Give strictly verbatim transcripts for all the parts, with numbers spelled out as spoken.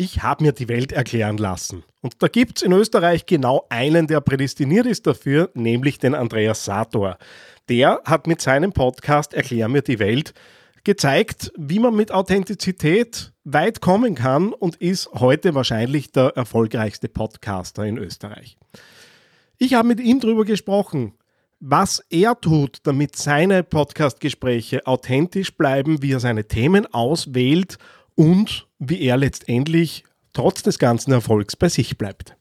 Ich habe mir die Welt erklären lassen. Und da gibt es in Österreich genau einen, der prädestiniert ist dafür, nämlich den Andreas Sator. Der hat mit seinem Podcast Erklär mir die Welt gezeigt, wie man mit Authentizität weit kommen kann und ist heute wahrscheinlich der erfolgreichste Podcaster in Österreich. Ich habe mit ihm darüber gesprochen, was er tut, damit seine Podcast-Gespräche authentisch bleiben, wie er seine Themen auswählt und wie er letztendlich trotz des ganzen Erfolgs bei sich bleibt.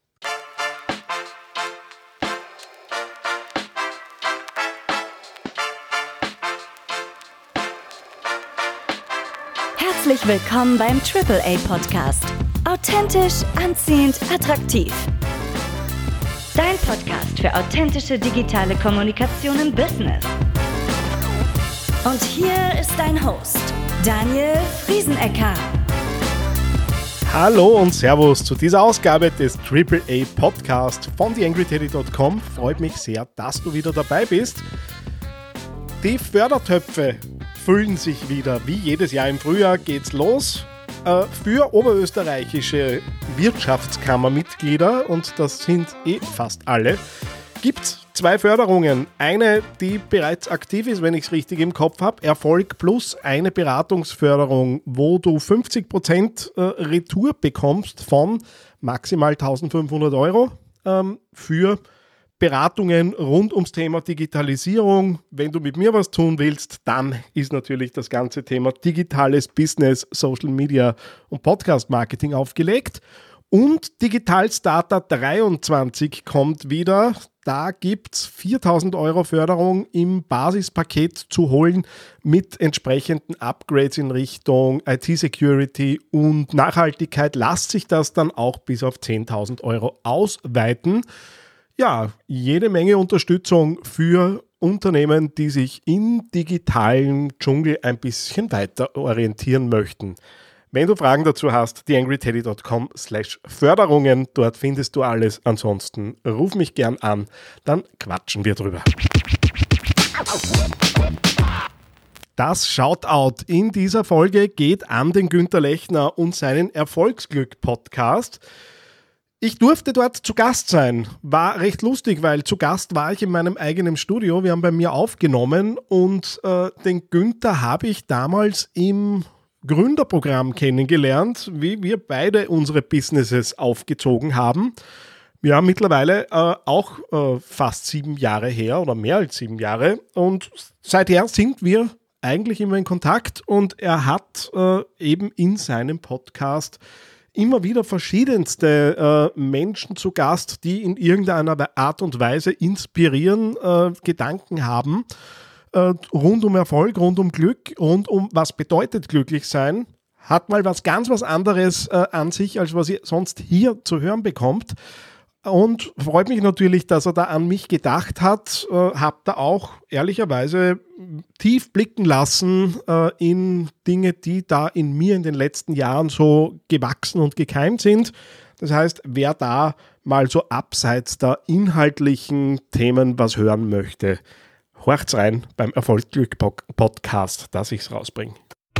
Herzlich willkommen beim Triple A Podcast. Authentisch, anziehend, attraktiv. Dein Podcast für authentische digitale Kommunikation im Business. Und hier ist dein Host, Daniel Friesenecker. Hallo und Servus zu dieser Ausgabe des Triple A Podcast von the angry teddy dot com. Freut mich sehr, dass du wieder dabei bist. Die Fördertöpfe füllen sich wieder. Wie jedes Jahr im Frühjahr geht's los. Für oberösterreichische Wirtschaftskammermitglieder, und das sind eh fast alle, gibt es zwei Förderungen. Eine, die bereits aktiv ist, wenn ich es richtig im Kopf habe, Erfolg Plus, eine Beratungsförderung, wo du fünfzig Prozent Retour bekommst von maximal eintausendfünfhundert Euro ähm, für Beratungen rund ums Thema Digitalisierung. Wenn du mit mir was tun willst, dann ist natürlich das ganze Thema digitales Business, Social Media und Podcast Marketing aufgelegt. Und Digital Starter dreiundzwanzig kommt wieder. Da gibt es viertausend Euro Förderung im Basispaket zu holen mit entsprechenden Upgrades in Richtung I T-Security und Nachhaltigkeit. Lässt sich das dann auch bis auf zehntausend Euro ausweiten. Ja, jede Menge Unterstützung für Unternehmen, die sich im digitalen Dschungel ein bisschen weiter orientieren möchten. Wenn du Fragen dazu hast, the angry teddy dot com slash Förderungen, dort findest du alles. Ansonsten ruf mich gern an, dann quatschen wir drüber. Das Shoutout in dieser Folge geht an den Günther Lechner und seinen Erfolgsglück-Podcast. Ich durfte dort zu Gast sein. War recht lustig, weil zu Gast war ich in meinem eigenen Studio. Wir haben bei mir aufgenommen und äh, den Günther habe ich damals im Gründerprogramm kennengelernt, wie wir beide unsere Businesses aufgezogen haben. Wir haben mittlerweile äh, auch äh, fast sieben Jahre her oder mehr als sieben Jahre und seither sind wir eigentlich immer in Kontakt und er hat äh, eben in seinem Podcast immer wieder verschiedenste äh, Menschen zu Gast, die in irgendeiner Art und Weise inspirieren, äh, Gedanken haben, äh, rund um Erfolg, rund um Glück, rund um was bedeutet glücklich sein. Hat mal was ganz was anderes äh, an sich, als was ihr sonst hier zu hören bekommt. Und freut mich natürlich, dass er da an mich gedacht hat. Äh, hab da auch ehrlicherweise tief blicken lassen äh, in Dinge, die da in mir in den letzten Jahren so gewachsen und gekeimt sind. Das heißt, wer da mal so abseits der inhaltlichen Themen was hören möchte, horcht's rein beim Erfolgsglück-Podcast, dass ich's rausbringe.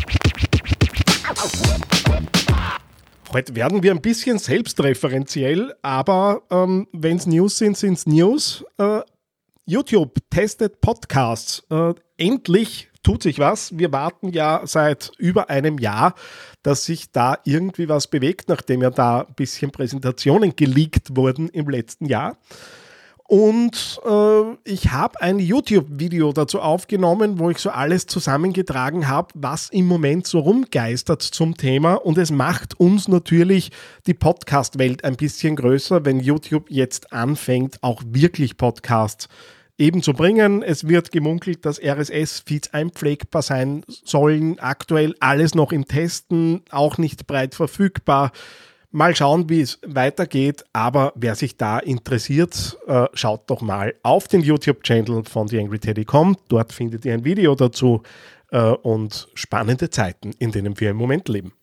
Heute werden wir ein bisschen selbstreferenziell, aber ähm, wenn es News sind, sind es News. Äh, YouTube testet Podcasts. Äh, endlich tut sich was. Wir warten ja seit über einem Jahr, dass sich da irgendwie was bewegt, nachdem ja da ein bisschen Präsentationen geleakt wurden im letzten Jahr. Und äh, ich habe ein YouTube-Video dazu aufgenommen, wo ich so alles zusammengetragen habe, was im Moment so rumgeistert zum Thema. Und es macht uns natürlich die Podcast-Welt ein bisschen größer, wenn YouTube jetzt anfängt, auch wirklich Podcasts eben zu bringen. Es wird gemunkelt, dass R S S-Feeds einpflegbar sein sollen. Aktuell alles noch im Testen, auch nicht breit verfügbar. Mal schauen, wie es weitergeht, aber wer sich da interessiert, äh, schaut doch mal auf den YouTube-Channel von the angry teddy dot com. Dort findet ihr ein Video dazu äh, und spannende Zeiten, in denen wir im Moment leben.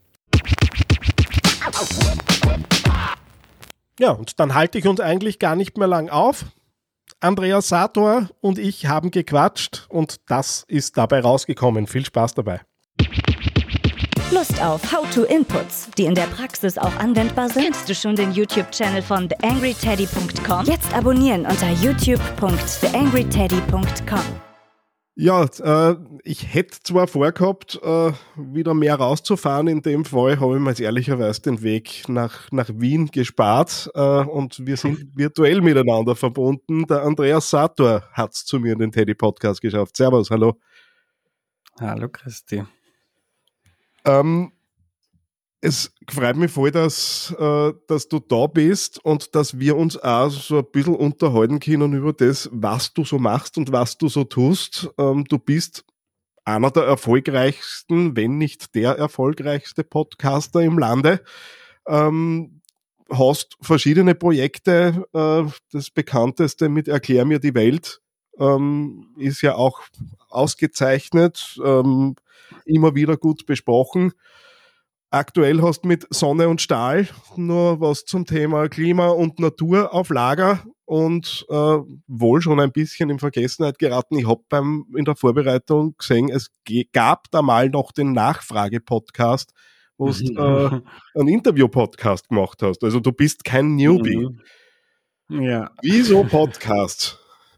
Ja, und dann halte ich uns eigentlich gar nicht mehr lang auf. Andreas Sator und ich haben gequatscht und das ist dabei rausgekommen. Viel Spaß dabei. Lust auf How-to-Inputs, die in der Praxis auch anwendbar sind? Kennst du schon den YouTube-Channel von the angry teddy punkt com? Jetzt abonnieren unter youtube punkt the angry teddy punkt com. Ja, äh, ich hätte zwar vorgehabt, äh, wieder mehr rauszufahren. In dem Fall habe ich mir jetzt ehrlicherweise den Weg nach, nach Wien gespart äh, und wir sind virtuell miteinander verbunden. Der Andreas Sator hat es zu mir in den Teddy-Podcast geschafft. Servus, hallo. Hallo Christi. Ähm, es freut mich voll, dass, äh, dass du da bist und dass wir uns auch so ein bisschen unterhalten können über das, was du so machst und was du so tust. Ähm, du bist einer der erfolgreichsten, wenn nicht der erfolgreichste Podcaster im Lande. Ähm, hast verschiedene Projekte. Äh, das bekannteste mit Erklär mir die Welt ähm, ist ja auch ausgezeichnet, ähm, immer wieder gut besprochen. Aktuell hast du mit Sonne und Stahl nur was zum Thema Klima und Natur auf Lager und äh, wohl schon ein bisschen in Vergessenheit geraten. Ich habe beim in der Vorbereitung gesehen, es ge- gab da mal noch den Nachfrage-Podcast, wo du äh, einen Interview-Podcast gemacht hast. Also du bist kein Newbie. Ja. Wieso Podcasts?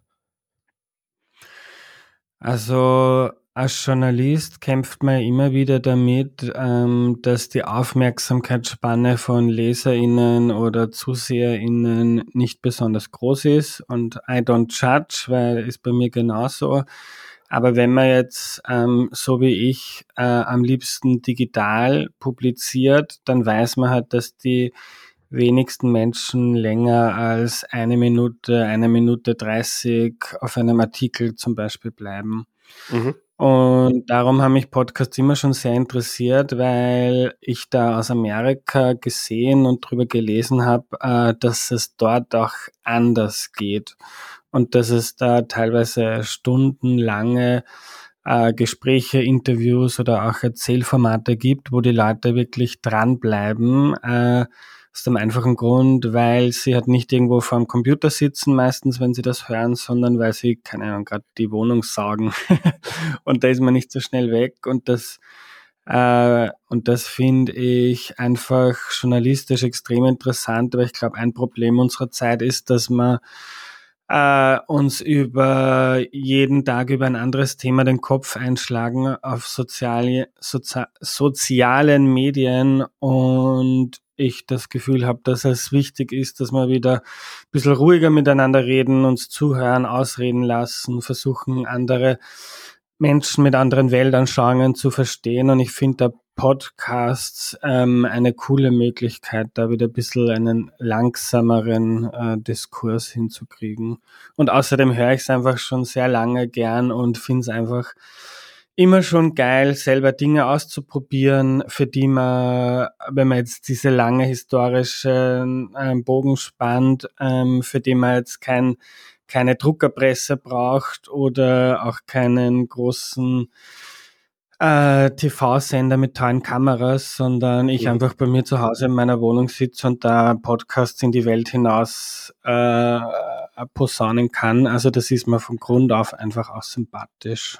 Also als Journalist kämpft man immer wieder damit, ähm, dass die Aufmerksamkeitsspanne von LeserInnen oder ZuseherInnen nicht besonders groß ist und I don't judge, weil ist bei mir genauso. Aber wenn man jetzt, ähm, so wie ich, äh, am liebsten digital publiziert, dann weiß man halt, dass die wenigsten Menschen länger als eine Minute, eine Minute dreißig auf einem Artikel zum Beispiel bleiben. Mhm. Und darum haben mich Podcasts immer schon sehr interessiert, weil ich da aus Amerika gesehen und drüber gelesen habe, äh, dass es dort auch anders geht und dass es da teilweise stundenlange äh, Gespräche, Interviews oder auch Erzählformate gibt, wo die Leute wirklich dranbleiben, äh, aus dem einfachen Grund, weil sie halt nicht irgendwo vor dem Computer sitzen, meistens, wenn sie das hören, sondern weil sie, keine Ahnung, gerade die Wohnung saugen. Und da ist man nicht so schnell weg. Und das, äh, und das finde ich einfach journalistisch extrem interessant. Aber ich glaube, ein Problem unserer Zeit ist, dass man äh, uns über jeden Tag über ein anderes Thema den Kopf einschlagen auf soziale, sozi- sozialen Medien und ich das Gefühl habe, dass es wichtig ist, dass wir wieder ein bisschen ruhiger miteinander reden, uns zuhören, ausreden lassen, versuchen, andere Menschen mit anderen Weltanschauungen zu verstehen. Und ich finde da Podcasts ähm, eine coole Möglichkeit, da wieder ein bisschen einen langsameren äh, Diskurs hinzukriegen. Und außerdem höre ich es einfach schon sehr lange gern und finde es einfach immer schon geil, selber Dinge auszuprobieren, für die man, wenn man jetzt diese lange historische ähm, Bogen spannt, ähm, für die man jetzt kein, keine Druckerpresse braucht oder auch keinen großen äh, T V-Sender mit tollen Kameras, sondern ich Mhm. einfach bei mir zu Hause in meiner Wohnung sitze und da Podcasts in die Welt hinaus äh, posaunen kann. Also das ist mir von Grund auf einfach auch sympathisch.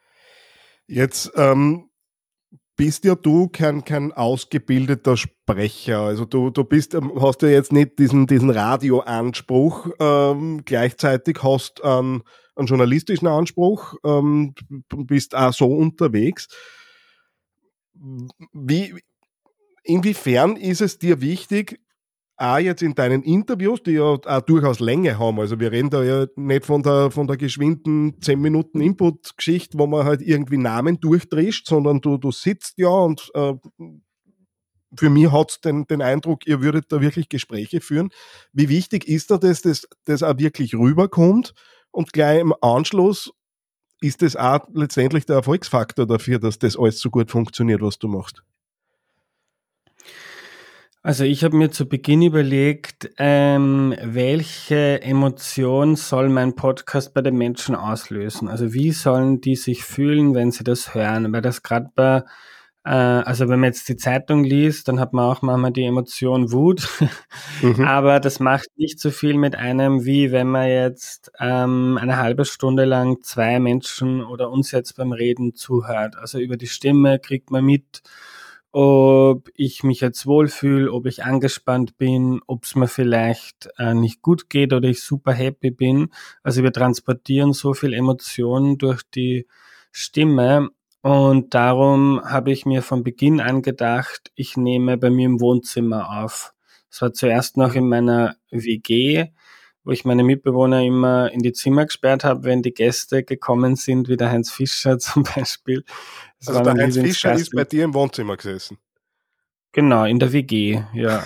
Jetzt ähm, bist ja du kein, kein ausgebildeter Sprecher. Also du, du bist, hast ja jetzt nicht diesen, diesen Radioanspruch, ähm, gleichzeitig hast einen, einen journalistischen Anspruch, ähm, bist auch so unterwegs. Wie, inwiefern ist es dir wichtig, auch jetzt in deinen Interviews, die ja auch durchaus Länge haben, also wir reden da ja nicht von der, von der geschwinden zehn Minuten Input-Geschichte, wo man halt irgendwie Namen durchdrischt, sondern du, du sitzt ja und äh, für mich hat es den, den Eindruck, ihr würdet da wirklich Gespräche führen. Wie wichtig ist da das, dass das auch wirklich rüberkommt und gleich im Anschluss ist das auch letztendlich der Erfolgsfaktor dafür, dass das alles so gut funktioniert, was du machst? Also ich habe mir zu Beginn überlegt, ähm, welche Emotion soll mein Podcast bei den Menschen auslösen? Also wie sollen die sich fühlen, wenn sie das hören? Weil das gerade bei, äh, also wenn man jetzt die Zeitung liest, dann hat man auch manchmal die Emotion Wut, Mhm. aber das macht nicht so viel mit einem, wie wenn man jetzt ähm, eine halbe Stunde lang zwei Menschen oder uns jetzt beim Reden zuhört. Also über die Stimme kriegt man mit, ob ich mich jetzt wohlfühle, ob ich angespannt bin, ob es mir vielleicht äh, nicht gut geht oder ich super happy bin. Also wir transportieren so viel Emotionen durch die Stimme und darum habe ich mir von Beginn an gedacht, ich nehme bei mir im Wohnzimmer auf. Es war zuerst noch in meiner W G, wo ich meine Mitbewohner immer in die Zimmer gesperrt habe, wenn die Gäste gekommen sind, wie der Heinz Fischer zum Beispiel. Das also der Heinz Fischer ist bei dir im Wohnzimmer gesessen? Genau, in der W G, ja.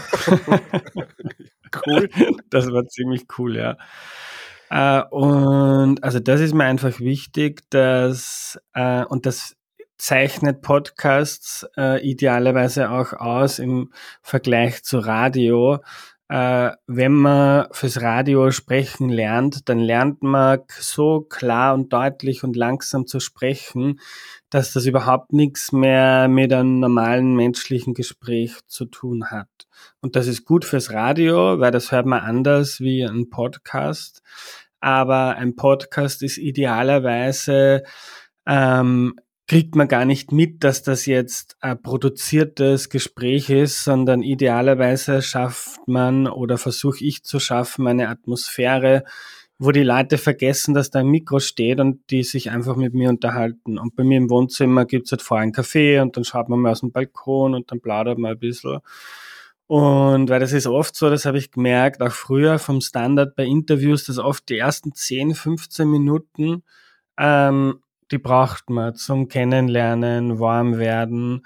Cool. Das war ziemlich cool, ja. Äh, und also das ist mir einfach wichtig, dass, äh, und das zeichnet Podcasts äh, idealerweise auch aus im Vergleich zu Radio. Äh, wenn man fürs Radio sprechen lernt, dann lernt man so klar und deutlich und langsam zu sprechen, dass das überhaupt nichts mehr mit einem normalen menschlichen Gespräch zu tun hat. Und das ist gut fürs Radio, weil das hört man anders wie ein Podcast. Aber ein Podcast ist idealerweise ähm, kriegt man gar nicht mit, dass das jetzt ein produziertes Gespräch ist, sondern idealerweise schafft man oder versuche ich zu schaffen eine Atmosphäre, wo die Leute vergessen, dass da ein Mikro steht und die sich einfach mit mir unterhalten. Und bei mir im Wohnzimmer gibt's halt vorher einen Kaffee und dann schaut man mal aus dem Balkon und dann plaudert man ein bisschen. Und weil das ist oft so, das habe ich gemerkt, auch früher vom Standard bei Interviews, dass oft die ersten zehn, fünfzehn Minuten ähm, die braucht man zum Kennenlernen, warm werden.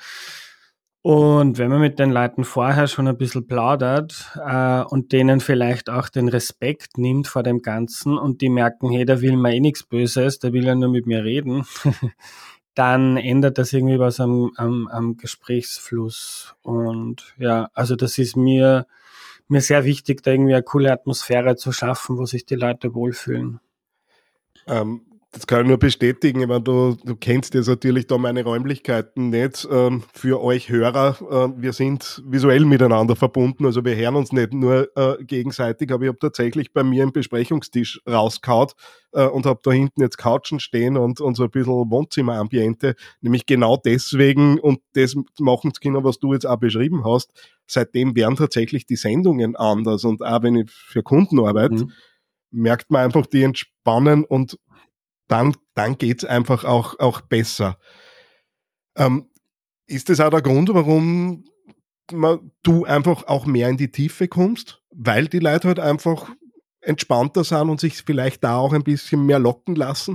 Und wenn man mit den Leuten vorher schon ein bisschen plaudert äh, und denen vielleicht auch den Respekt nimmt vor dem Ganzen und die merken, hey, der will mir eh nichts Böses, der will ja nur mit mir reden, dann ändert das irgendwie was am, am, am Gesprächsfluss. Und ja, also das ist mir, mir sehr wichtig, da irgendwie eine coole Atmosphäre zu schaffen, wo sich die Leute wohlfühlen. Ähm, Das kann ich nur bestätigen. Ich meine, du, du kennst jetzt natürlich da meine Räumlichkeiten nicht. Ähm, für euch Hörer, äh, wir sind visuell miteinander verbunden, also wir hören uns nicht nur äh, gegenseitig, aber ich habe tatsächlich bei mir einen Besprechungstisch rausgehaut äh, und habe da hinten jetzt Couchen stehen und, und so ein bisschen Wohnzimmerambiente, nämlich genau deswegen und das machen zu können, was du jetzt auch beschrieben hast. Seitdem werden tatsächlich die Sendungen anders und auch wenn ich für Kunden arbeite, mhm. merkt man einfach, die entspannen und dann, dann geht's einfach auch, auch besser. Ähm, ist das auch der Grund, warum man, du einfach auch mehr in die Tiefe kommst? Weil die Leute halt einfach entspannter sind und sich vielleicht da auch ein bisschen mehr locken lassen?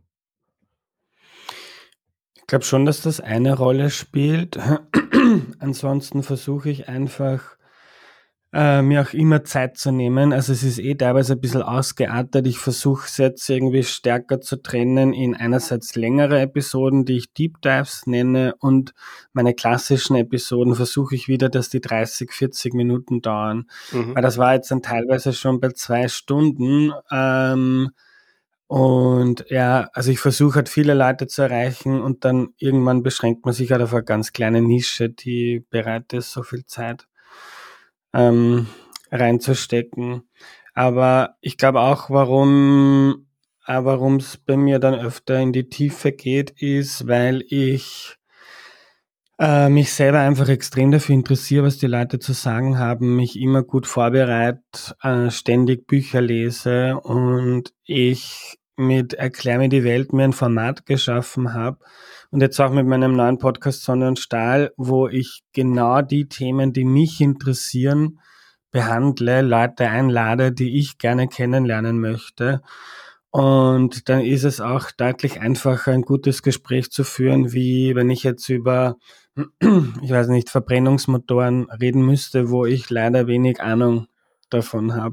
Ich glaube schon, dass das eine Rolle spielt. Ansonsten versuche ich einfach, Äh, mir auch immer Zeit zu nehmen. Also es ist eh teilweise ein bisschen ausgeartet. Ich versuche es jetzt irgendwie stärker zu trennen in einerseits längere Episoden, die ich Deep Dives nenne, und meine klassischen Episoden versuche ich wieder, dass die dreißig, vierzig Minuten dauern. Mhm. Weil das war jetzt dann teilweise schon bei zwei Stunden. Ähm, und ja, also ich versuche halt viele Leute zu erreichen und dann irgendwann beschränkt man sich halt auf eine ganz kleine Nische, die bereit ist, so viel Zeit Ähm, reinzustecken. Aber ich glaube auch, warum äh, warum es bei mir dann öfter in die Tiefe geht, ist, weil ich äh, mich selber einfach extrem dafür interessiere, was die Leute zu sagen haben, mich immer gut vorbereite, äh, ständig Bücher lese und ich mit Erklär mir die Welt mir ein Format geschaffen habe und jetzt auch mit meinem neuen Podcast Sonne und Stahl, wo ich genau die Themen, die mich interessieren, behandle, Leute einlade, die ich gerne kennenlernen möchte. Und dann ist es auch deutlich einfacher, ein gutes Gespräch zu führen, wie wenn ich jetzt über, ich weiß nicht, Verbrennungsmotoren reden müsste, wo ich leider wenig Ahnung davon habe.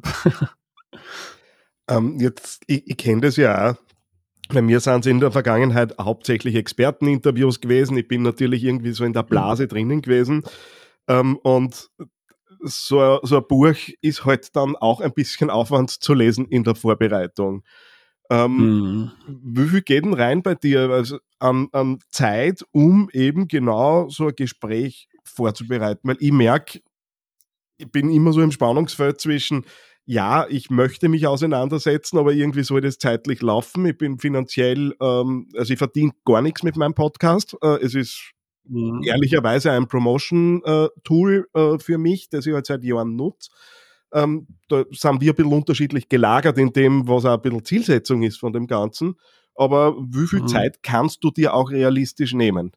Ähm, jetzt, ich, ich kenne das ja auch. Bei mir sind es in der Vergangenheit hauptsächlich Experteninterviews gewesen. Ich bin natürlich irgendwie so in der Blase drinnen gewesen. Ähm, und so, so ein Buch ist halt dann auch ein bisschen Aufwand zu lesen in der Vorbereitung. Ähm, mhm. Wie viel geht denn rein bei dir also an, an Zeit, um eben genau so ein Gespräch vorzubereiten? Weil ich merke, ich bin immer so im Spannungsfeld zwischen ja, ich möchte mich auseinandersetzen, aber irgendwie soll das zeitlich laufen. Ich bin finanziell, ähm, also ich verdiene gar nichts mit meinem Podcast. Äh, es ist Mhm. ehrlicherweise ein Promotion-Tool äh, für mich, das ich halt seit Jahren nutze. Ähm, da sind wir ein bisschen unterschiedlich gelagert in dem, was auch ein bisschen Zielsetzung ist von dem Ganzen. Aber wie viel Mhm. Zeit kannst du dir auch realistisch nehmen?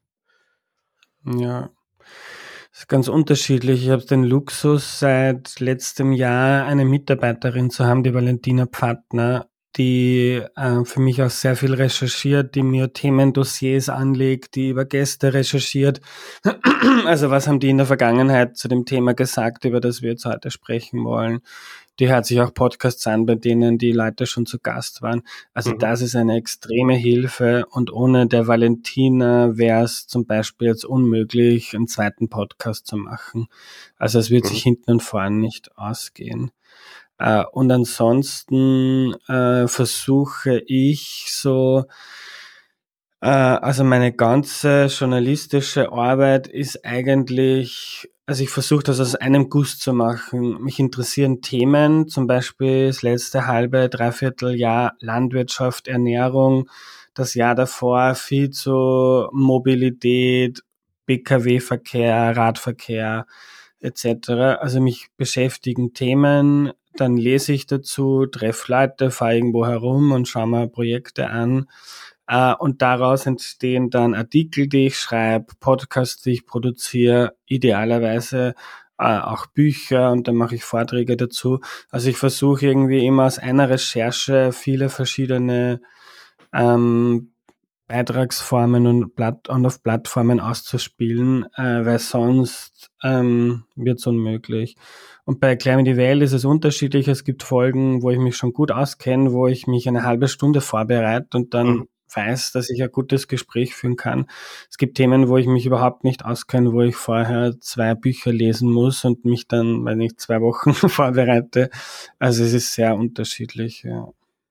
Ja, das ist ganz unterschiedlich. Ich habe den Luxus, seit letztem Jahr eine Mitarbeiterin zu haben, die Valentina Pfattner, die äh, für mich auch sehr viel recherchiert, die mir Themendossiers anlegt, die über Gäste recherchiert. Also was haben die in der Vergangenheit zu dem Thema gesagt, über das wir jetzt heute sprechen wollen? Die hört sich auch Podcasts an, bei denen die Leute schon zu Gast waren. Also Mhm. das ist eine extreme Hilfe und ohne der Valentina wäre es zum Beispiel jetzt unmöglich, einen zweiten Podcast zu machen. Also es wird Mhm. sich hinten und vorn nicht ausgehen. Äh, und ansonsten äh, versuche ich so, äh, also meine ganze journalistische Arbeit ist eigentlich, also ich versuche das aus einem Guss zu machen. Mich interessieren Themen, zum Beispiel das letzte halbe, dreiviertel Jahr Landwirtschaft, Ernährung, das Jahr davor viel zu Mobilität, P K W-Verkehr, Radverkehr et cetera. Also mich beschäftigen Themen, dann lese ich dazu, treffe Leute, fahre irgendwo herum und schaue mir Projekte an. Uh, und daraus entstehen dann Artikel, die ich schreibe, Podcasts, die ich produziere, idealerweise uh, auch Bücher und dann mache ich Vorträge dazu. Also ich versuche irgendwie immer aus einer Recherche viele verschiedene ähm, Beitragsformen und, Platt- und auf Plattformen auszuspielen, äh, weil sonst ähm, wird es unmöglich. Und bei Erklär mir die Welt ist es unterschiedlich. Es gibt Folgen, wo ich mich schon gut auskenne, wo ich mich eine halbe Stunde vorbereite und dann Mhm. weiß, dass ich ein gutes Gespräch führen kann. Es gibt Themen, wo ich mich überhaupt nicht auskenne, wo ich vorher zwei Bücher lesen muss und mich dann, wenn ich zwei Wochen vorbereite. Also es ist sehr unterschiedlich, ja.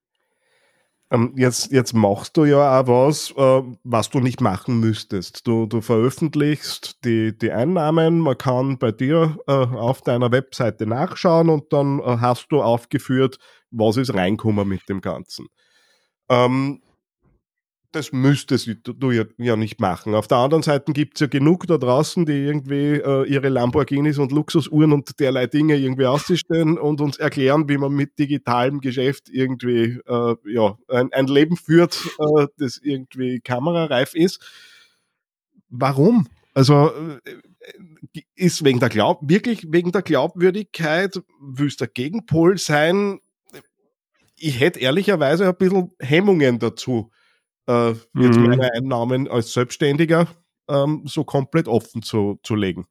Ähm, jetzt, jetzt machst du ja auch was, äh, was du nicht machen müsstest. Du, du veröffentlichst die, die Einnahmen, man kann bei dir äh, auf deiner Webseite nachschauen und dann äh, hast du aufgeführt, was ist reinkommen mit dem Ganzen. Ähm, das müsstest du, du ja, ja nicht machen. Auf der anderen Seite gibt es ja genug da draußen, die irgendwie äh, ihre Lamborghinis und Luxusuhren und derlei Dinge irgendwie ausstellen und uns erklären, wie man mit digitalem Geschäft irgendwie äh, ja, ein, ein Leben führt, äh, das irgendwie kamerareif ist. Warum? Also äh, ist wegen der Glaub, wirklich wegen der Glaubwürdigkeit, willst der Gegenpol sein? Ich hätte ehrlicherweise ein bisschen Hemmungen dazu, äh, jetzt Mhm. meine Einnahmen als Selbstständiger ähm, so komplett offen zu, zu legen.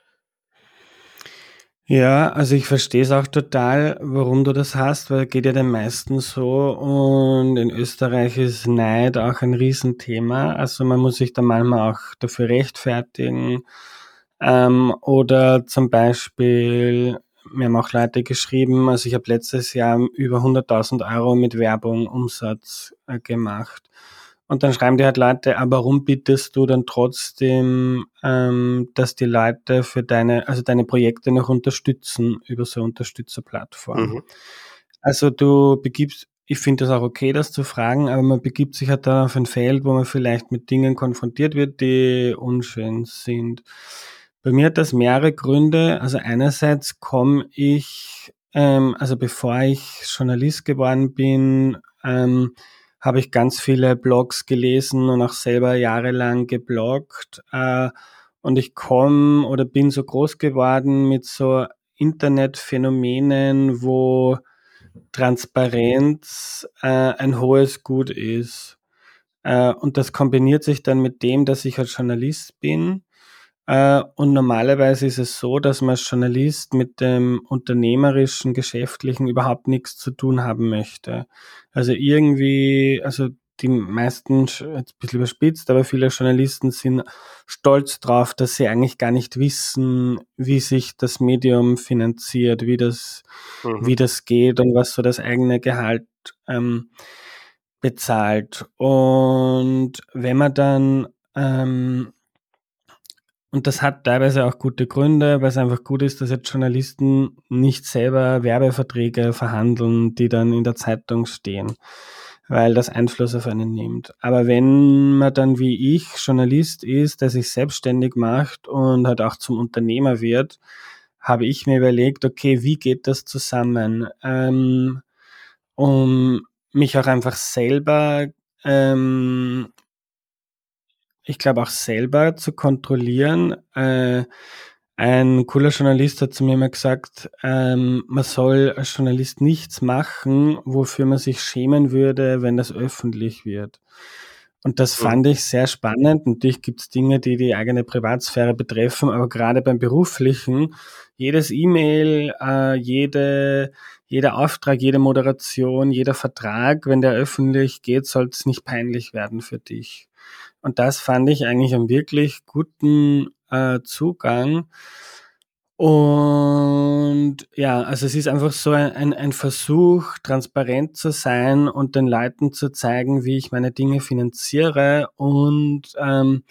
Ja, also ich verstehe es auch total, warum du das hast, weil geht ja den meisten so und in Österreich ist Neid auch ein Riesenthema. Also man muss sich da manchmal auch dafür rechtfertigen. Ähm, oder zum Beispiel, mir haben auch Leute geschrieben, also ich habe letztes Jahr über hunderttausend Euro mit Werbung Umsatz äh, gemacht. Und dann schreiben die halt Leute, aber warum bietest du dann trotzdem, ähm, dass die Leute für deine, also deine Projekte noch unterstützen über so eine Unterstützerplattform? Mhm. Also du begibst, ich finde das auch okay, das zu fragen, aber man begibt sich halt dann auf ein Feld, wo man vielleicht mit Dingen konfrontiert wird, die unschön sind. Bei mir hat das mehrere Gründe. Also einerseits komme ich, ähm, also bevor ich Journalist geworden bin, ähm, habe ich ganz viele Blogs gelesen und auch selber jahrelang gebloggt. Äh, und ich komme oder bin so groß geworden mit so Internetphänomenen, wo Transparenz äh, ein hohes Gut ist. Äh, und das kombiniert sich dann mit dem, dass ich als Journalist bin. Äh, und normalerweise ist es so, dass man als Journalist mit dem unternehmerischen, geschäftlichen überhaupt nichts zu tun haben möchte. Also irgendwie, also die meisten, jetzt ein bisschen überspitzt, aber viele Journalisten sind stolz drauf, dass sie eigentlich gar nicht wissen, wie sich das Medium finanziert, wie das, Mhm. wie das geht und was so das eigene Gehalt ähm, bezahlt. Und wenn man dann ähm, und das hat teilweise auch gute Gründe, weil es einfach gut ist, dass jetzt Journalisten nicht selber Werbeverträge verhandeln, die dann in der Zeitung stehen. weil das Einfluss auf einen nimmt. Aber wenn man dann wie ich Journalist ist, der sich selbstständig macht und halt auch zum Unternehmer wird, habe ich mir überlegt, okay, wie geht das zusammen? Ähm, um mich auch einfach selber, ähm, ich glaube auch selber zu kontrollieren. Äh, ein cooler Journalist hat zu mir immer gesagt, ähm, man soll als Journalist nichts machen, wofür man sich schämen würde, wenn das öffentlich wird. Und das Mhm. fand ich sehr spannend. Natürlich gibt es Dinge, die die eigene Privatsphäre betreffen, aber gerade beim Beruflichen, jedes E-Mail, äh, jede, jeder Auftrag, jede Moderation, jeder Vertrag, wenn der öffentlich geht, soll es nicht peinlich werden für dich. Und das fand ich eigentlich einen wirklich guten äh, Zugang. Und ja, also es ist einfach so ein, ein, ein Versuch, transparent zu sein und den Leuten zu zeigen, wie ich meine Dinge finanziere und ähm,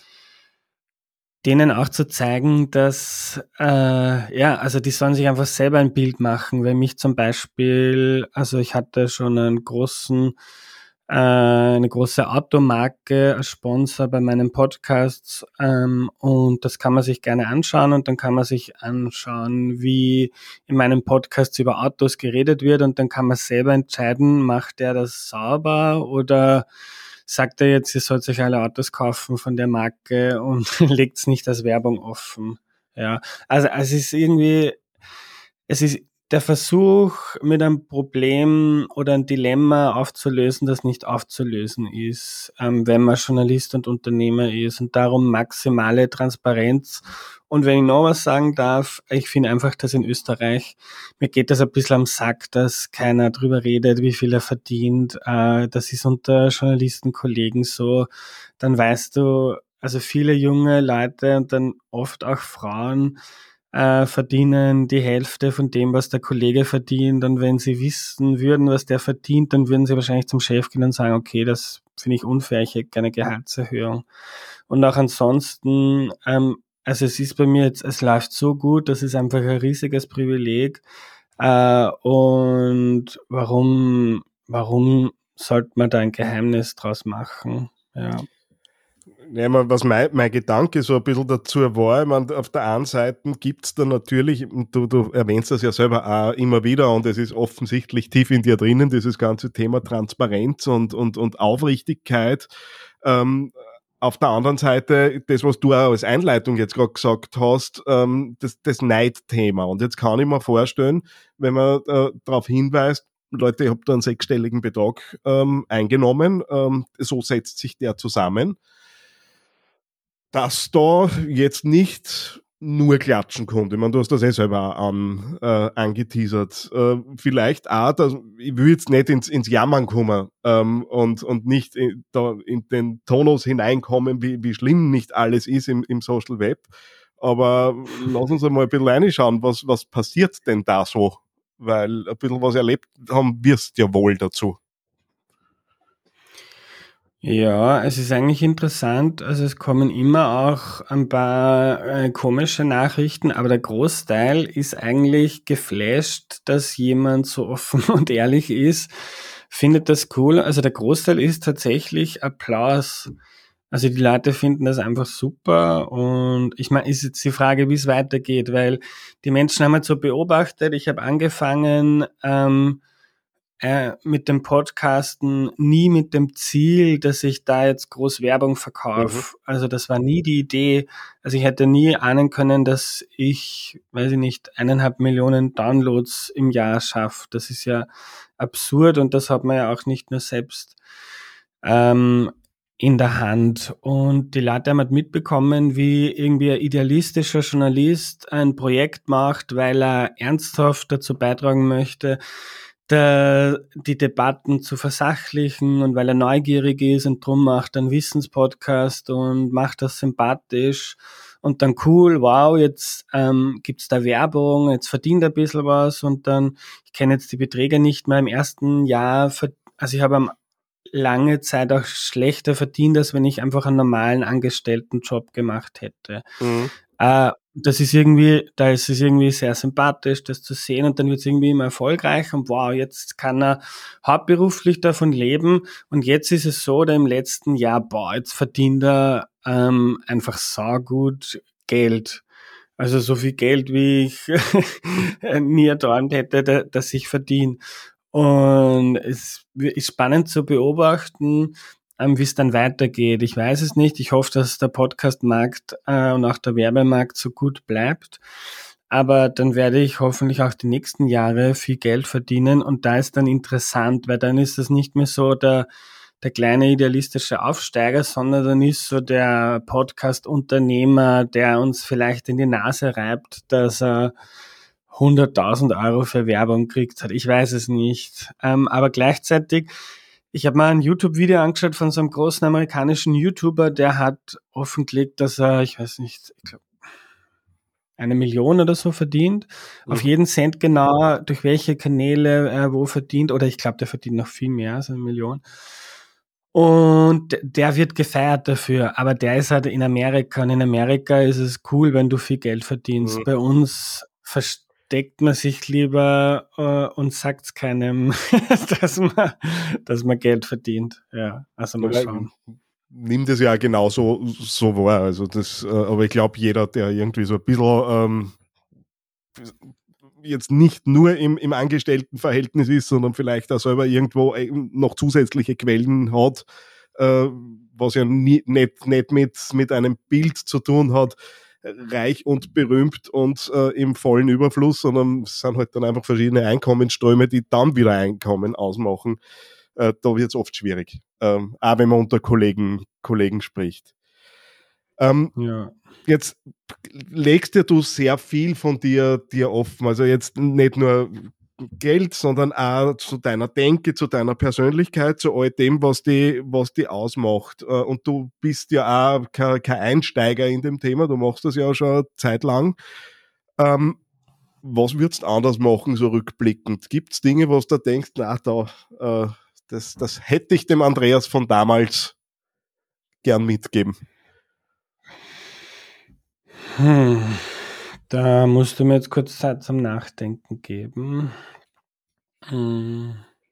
denen auch zu zeigen, dass, äh, ja, also die sollen sich einfach selber ein Bild machen. Wenn mich zum Beispiel, also ich hatte schon einen großen, äh, eine große Automarke als Sponsor bei meinen Podcasts, ähm, und das kann man sich gerne anschauen und dann kann man sich anschauen, wie in meinem Podcast über Autos geredet wird und dann kann man selber entscheiden, macht der das sauber oder sagt er jetzt, ihr sollt euch alle Autos kaufen von der Marke und legt es nicht als Werbung offen. Ja, also, also es ist irgendwie, es ist der Versuch, mit einem Problem oder ein Dilemma aufzulösen, das nicht aufzulösen ist, ähm, wenn man Journalist und Unternehmer ist und darum maximale Transparenz. Und wenn ich noch was sagen darf, ich finde einfach, dass in Österreich, mir geht das ein bisschen am Sack, dass keiner drüber redet, wie viel er verdient. Äh, das ist unter Journalistenkollegen so. Dann weißt du, also viele junge Leute und dann oft auch Frauen, äh, verdienen die Hälfte von dem, was der Kollege verdient. Und wenn sie wissen würden, was der verdient, dann würden sie wahrscheinlich zum Chef gehen und sagen, okay, das finde ich unfair, ich hätte gerne Gehaltserhöhung. Und auch ansonsten, ähm, also es ist bei mir jetzt, es läuft so gut, das ist einfach ein riesiges Privileg. Äh, und warum, warum sollte man da ein Geheimnis draus machen? Ja. Ja, was mein, mein Gedanke so ein bisschen dazu war, ich meine, auf der einen Seite gibt es da natürlich, du, du erwähnst das ja selber auch immer wieder und es ist offensichtlich tief in dir drinnen, dieses ganze Thema Transparenz und, und, und Aufrichtigkeit. Ähm, auf der anderen Seite, das, was du auch als Einleitung jetzt gerade gesagt hast, ähm, das, das Neidthema. Und jetzt kann ich mir vorstellen, wenn man äh, darauf hinweist, Leute, ich habe da einen sechsstelligen Betrag ähm, eingenommen, ähm, so setzt sich der zusammen, dass da jetzt nicht nur klatschen konnte. Ich meine, du hast das eh selber an, äh, angeteasert. Äh, vielleicht auch, dass, ich will jetzt nicht ins, ins Jammern kommen ähm, und, und nicht in, da in den Tonus hineinkommen, wie, wie schlimm nicht alles ist im, im Social Web. Aber lass uns einmal ein bisschen reinschauen, was, was passiert denn da so? Weil ein bisschen was erlebt haben wirst ja wohl dazu. Ja, es ist eigentlich interessant. Also es kommen immer auch ein paar äh, komische Nachrichten, aber der Großteil ist eigentlich geflasht, dass jemand so offen und ehrlich ist, findet das cool. Also der Großteil ist tatsächlich Applaus. Also die Leute finden das einfach super und ich meine, ist jetzt die Frage, wie es weitergeht, weil die Menschen haben halt so beobachtet, ich habe angefangen, ähm, äh, mit dem Podcasten nie mit dem Ziel, dass ich da jetzt groß Werbung verkaufe. Mhm. Also das war nie die Idee. Also ich hätte nie ahnen können, dass ich, weiß ich nicht, eineinhalb Millionen Downloads im Jahr schaffe. Das ist ja absurd und das hat man ja auch nicht nur selbst ähm, in der Hand. Und die Leute haben halt mitbekommen, wie irgendwie ein idealistischer Journalist ein Projekt macht, weil er ernsthaft dazu beitragen möchte, Der, die Debatten zu versachlichen und weil er neugierig ist und drum macht er einen Wissenspodcast und macht das sympathisch und dann cool, wow, jetzt ähm, gibt's da Werbung, jetzt verdient er ein bisschen was und dann, ich kenne jetzt die Beträge nicht mehr, im ersten Jahr, also ich habe am lange Zeit auch schlechter verdient, als wenn ich einfach einen normalen Angestelltenjob gemacht hätte. Mhm. Äh, das ist irgendwie, da ist es irgendwie sehr sympathisch, das zu sehen, und dann wird es irgendwie immer erfolgreich und wow, jetzt kann er hauptberuflich davon leben, und jetzt ist es so, da im letzten Jahr, boah, jetzt verdient er ähm, einfach saugut Geld. Also so viel Geld, wie ich nie erträumt hätte, da, dass ich verdiene. Und es ist spannend zu beobachten, ähm, wie es dann weitergeht. Ich weiß es nicht. Ich hoffe, dass der Podcast-Markt äh, und auch der Werbemarkt so gut bleibt. Aber dann werde ich hoffentlich auch die nächsten Jahre viel Geld verdienen. Und da ist dann interessant, weil dann ist es nicht mehr so der der kleine idealistische Aufsteiger, sondern dann ist so der Podcast-Unternehmer, der uns vielleicht in die Nase reibt, dass er hunderttausend Euro für Werbung kriegt hat. Ich weiß es nicht. Ähm, aber gleichzeitig, ich habe mal ein YouTube-Video angeschaut von so einem großen amerikanischen YouTuber, der hat offengelegt, dass er, ich weiß nicht, ich glaube, eine Million oder so verdient. Mhm. Auf jeden Cent genau, durch welche Kanäle er wo verdient. Oder ich glaube, der verdient noch viel mehr als eine Million. Und der wird gefeiert dafür, aber der ist halt in Amerika, und in Amerika ist es cool, wenn du viel Geld verdienst. Mhm. Bei uns versteckt man sich lieber äh, und sagt's keinem, dass man, dass man Geld verdient. Ja, also mal schauen. Nimm das ja genauso so wahr. Also das, äh, aber ich glaube, jeder, der irgendwie so ein bisschen ähm, jetzt nicht nur im, im Angestelltenverhältnis ist, sondern vielleicht auch selber irgendwo noch zusätzliche Quellen hat, äh, was ja nie, nicht, nicht mit, mit einem Bild zu tun hat, reich und berühmt und äh, im vollen Überfluss, sondern es sind halt dann einfach verschiedene Einkommensströme, die dann wieder Einkommen ausmachen. Äh, da wird es oft schwierig, ähm, auch wenn man unter Kollegen, Kollegen spricht. Ähm, ja. Jetzt legst ja du sehr viel von dir, dir offen, also jetzt nicht nur Geld, sondern auch zu deiner Denke, zu deiner Persönlichkeit, zu all dem, was die, was die ausmacht. Und du bist ja auch kein, kein Einsteiger in dem Thema, du machst das ja schon eine Zeit lang. Ähm, was würdest du anders machen, so rückblickend? Gibt es Dinge, was du denkst, na, da, äh, das, das hätte ich dem Andreas von damals gern mitgeben? Hm, da musst du mir jetzt kurz Zeit zum Nachdenken geben. Hm.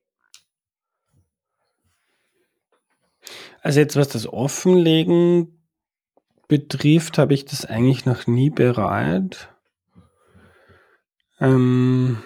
Also jetzt, was das Offenlegen betrifft, habe ich das eigentlich noch nie bereut. Ähm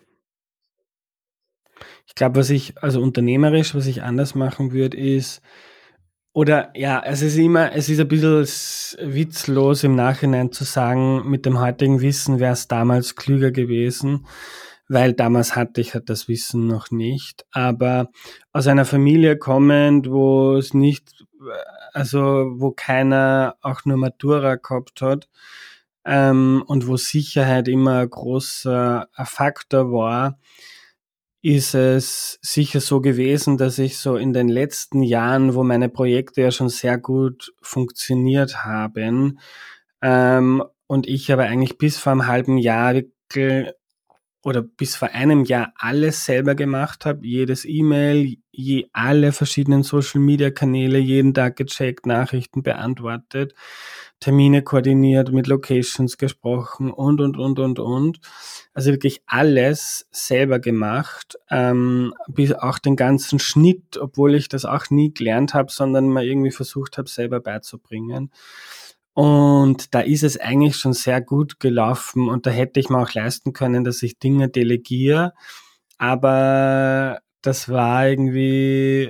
ich glaube, was ich, also unternehmerisch, was ich anders machen würde, ist, oder ja, es ist immer, es ist ein bisschen witzlos im Nachhinein zu sagen, mit dem heutigen Wissen wäre es damals klüger gewesen, weil damals hatte ich halt das Wissen noch nicht. Aber aus einer Familie kommend, wo es nicht, also wo keiner auch nur Matura gehabt hat, ähm, und wo Sicherheit immer ein großer Faktor war, ist es sicher so gewesen, dass ich so in den letzten Jahren, wo meine Projekte ja schon sehr gut funktioniert haben, ähm, und ich aber eigentlich bis vor einem halben Jahr wirklich, oder bis vor einem Jahr alles selber gemacht habe, jedes E-Mail, je, alle verschiedenen Social-Media-Kanäle, jeden Tag gecheckt, Nachrichten beantwortet, Termine koordiniert, mit Locations gesprochen und, und, und, und, und. Also wirklich alles selber gemacht, ähm, bis auch den ganzen Schnitt, obwohl ich das auch nie gelernt habe, sondern mal irgendwie versucht habe, selber beizubringen. Und da ist es eigentlich schon sehr gut gelaufen, und da hätte ich mir auch leisten können, dass ich Dinge delegiere, aber das war irgendwie,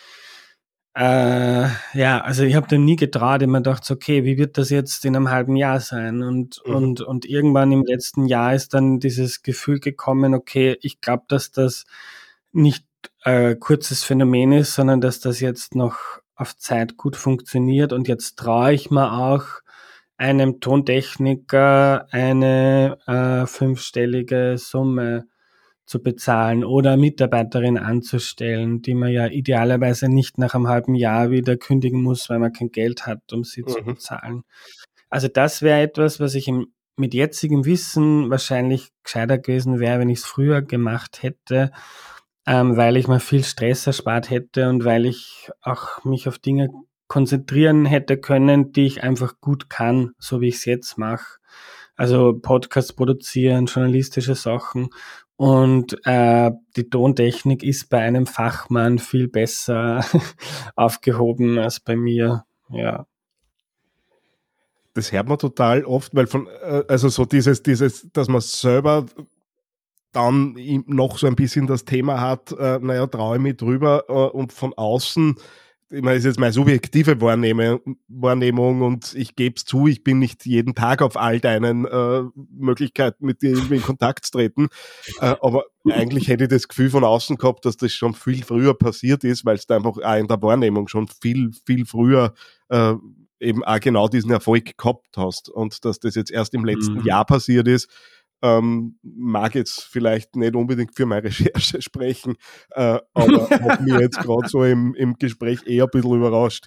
äh, ja, also ich habe dem nie getraut, ich mir gedacht, okay, wie wird das jetzt in einem halben Jahr sein? Und, mhm. und, und irgendwann im letzten Jahr ist dann dieses Gefühl gekommen, okay, ich glaube, dass das nicht ein äh, kurzes Phänomen ist, sondern dass das jetzt noch auf Zeit gut funktioniert, und jetzt traue ich mir auch einem Tontechniker eine äh, fünfstellige Summe zu bezahlen oder Mitarbeiterin anzustellen, die man ja idealerweise nicht nach einem halben Jahr wieder kündigen muss, weil man kein Geld hat, um sie mhm. zu bezahlen. Also das wäre etwas, was ich im, mit jetzigem Wissen wahrscheinlich gescheiter gewesen wäre, wenn ich es früher gemacht hätte, ähm, weil ich mir viel Stress erspart hätte und weil ich auch mich auf Dinge konzentrieren hätte können, die ich einfach gut kann, so wie ich es jetzt mache. Also Podcasts produzieren, journalistische Sachen. Und äh, die Tontechnik ist bei einem Fachmann viel besser aufgehoben als bei mir. Ja. Das hört man total oft, weil von, also so dieses, dieses, dass man selber dann noch so ein bisschen das Thema hat, äh, naja, traue ich mich drüber äh, und von außen, ich meine, das ist jetzt meine subjektive Wahrnehmung, Wahrnehmung und ich gebe es zu, ich bin nicht jeden Tag auf all deinen äh, Möglichkeiten, mit dir irgendwie in Kontakt zu treten, äh, aber eigentlich hätte ich das Gefühl von außen gehabt, dass das schon viel früher passiert ist, weil es da einfach auch in der Wahrnehmung schon viel, viel früher äh, eben auch genau diesen Erfolg gehabt hast und dass das jetzt erst im letzten mhm. Jahr passiert ist, ähm, mag jetzt vielleicht nicht unbedingt für meine Recherche sprechen, äh, aber hat mich jetzt gerade so im, im Gespräch eher ein bisschen überrascht.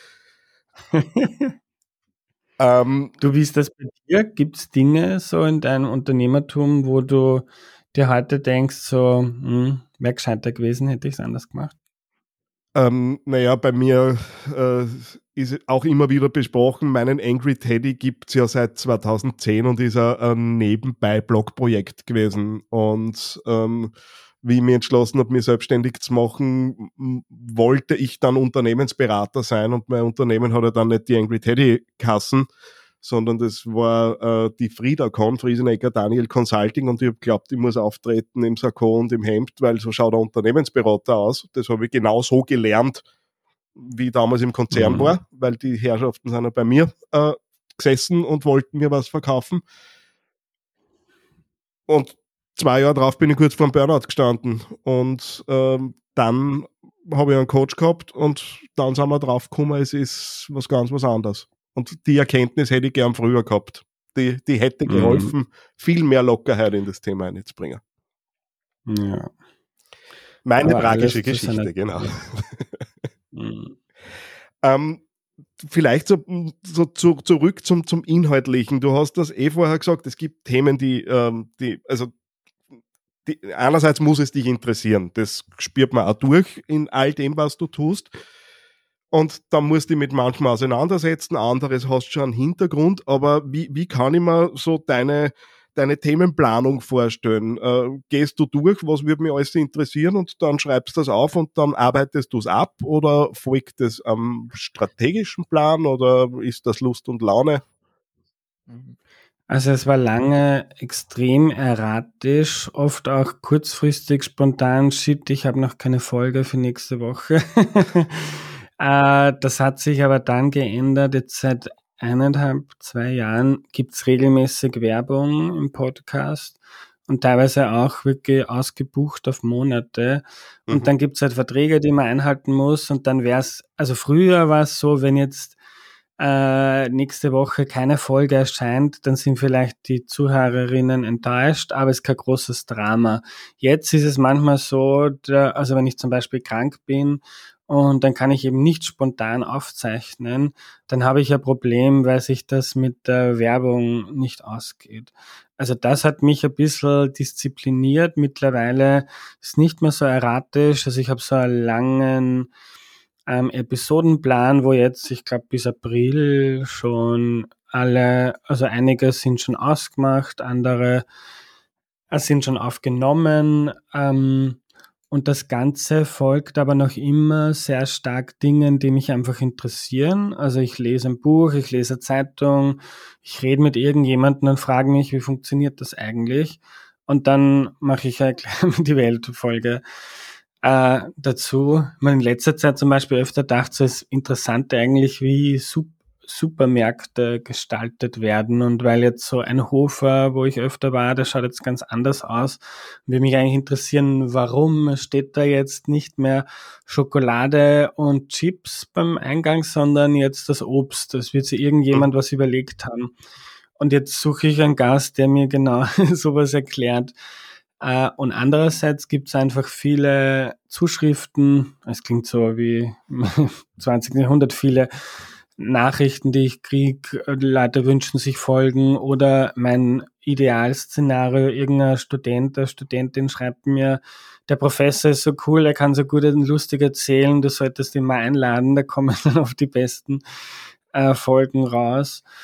ähm, du, wie ist das bei dir? Gibt es Dinge so in deinem Unternehmertum, wo du dir heute denkst, so, hm, wäre gescheiter gewesen, hätte ich es anders gemacht? Ähm, naja, bei mir äh, ist auch immer wieder besprochen, meinen Angry Teddy gibt es ja seit zweitausendzehn und ist ein, ein Nebenbei-Blogprojekt gewesen. Und ähm, wie ich mich entschlossen habe, mich selbstständig zu machen, wollte ich dann Unternehmensberater sein und mein Unternehmen hat ja dann nicht die Angry Teddy Kassen, sondern das war äh, die FriedaCon, Friesenecker Daniel Consulting, und ich habe geglaubt, ich muss auftreten im Sakko und im Hemd, weil so schaut der Unternehmensberater aus. Das habe ich genau so gelernt, wie ich damals im Konzern mhm. war, weil die Herrschaften sind ja bei mir äh, gesessen und wollten mir was verkaufen. Und zwei Jahre drauf bin ich kurz vor dem Burnout gestanden und ähm, dann habe ich einen Coach gehabt und dann sind wir drauf gekommen, es ist was ganz was anderes. Und die Erkenntnis hätte ich gern früher gehabt. Die, die hätte geholfen, mhm. viel mehr Lockerheit in das Thema einzubringen. Ja. Meine Aber tragische Geschichte, genau. mhm. ähm, vielleicht so, so zu, zurück zum, zum Inhaltlichen. Du hast das eh vorher gesagt, es gibt Themen, die, ähm, die also die, einerseits muss es dich interessieren. Das spürt man auch durch in all dem, was du tust. Und dann musst du dich mit manchem auseinandersetzen, anderes hast schon einen Hintergrund, aber wie, wie kann ich mir so deine, deine Themenplanung vorstellen? Äh, gehst du durch, was würde mich alles interessieren und dann schreibst du das auf und dann arbeitest du es ab oder folgt das am strategischen Plan oder ist das Lust und Laune? Also es war lange extrem erratisch, oft auch kurzfristig, spontan, shit, ich habe noch keine Folge für nächste Woche. Das hat sich aber dann geändert. Jetzt seit eineinhalb, zwei Jahren gibt's regelmäßig Werbung im Podcast und teilweise auch wirklich ausgebucht auf Monate. Und mhm. dann gibt's halt Verträge, die man einhalten muss. Und dann wär's, also früher war es so, wenn jetzt äh, nächste Woche keine Folge erscheint, dann sind vielleicht die Zuhörerinnen enttäuscht, aber es ist kein großes Drama. Jetzt ist es manchmal so, der, also wenn ich zum Beispiel krank bin, und dann kann ich eben nicht spontan aufzeichnen, dann habe ich ein Problem, weil sich das mit der Werbung nicht ausgeht. Also das hat mich ein bisschen diszipliniert. Mittlerweile ist nicht mehr so erratisch. Also ich habe so einen langen ähm, Episodenplan, wo jetzt, ich glaube, bis April schon alle, also einige sind schon ausgemacht, andere sind schon aufgenommen. Ähm, Und das Ganze folgt aber noch immer sehr stark Dingen, die mich einfach interessieren. Also ich lese ein Buch, ich lese eine Zeitung, ich rede mit irgendjemandem und frage mich, wie funktioniert das eigentlich? Und dann mache ich halt die Weltfolge äh, dazu. Ich meine, in letzter Zeit zum Beispiel öfter dachte, so ist interessant eigentlich, wie super Supermärkte gestaltet werden, und weil jetzt so ein Hofer, wo ich öfter war, der schaut jetzt ganz anders aus, würde mich eigentlich interessieren, warum steht da jetzt nicht mehr Schokolade und Chips beim Eingang, sondern jetzt das Obst. Das wird sich irgendjemand was überlegt haben. Und jetzt suche ich einen Gast, der mir genau sowas erklärt. Und andererseits gibt es einfach viele Zuschriften, es klingt so wie im zwanzigsten Jahrhundert, viele Nachrichten, die ich kriege, die Leute wünschen sich Folgen, oder mein Idealszenario, irgendein Student, eine Studentin schreibt mir, der Professor ist so cool, er kann so gut und lustig erzählen, du solltest ihn mal einladen, da kommen dann auf die besten äh, Folgen raus.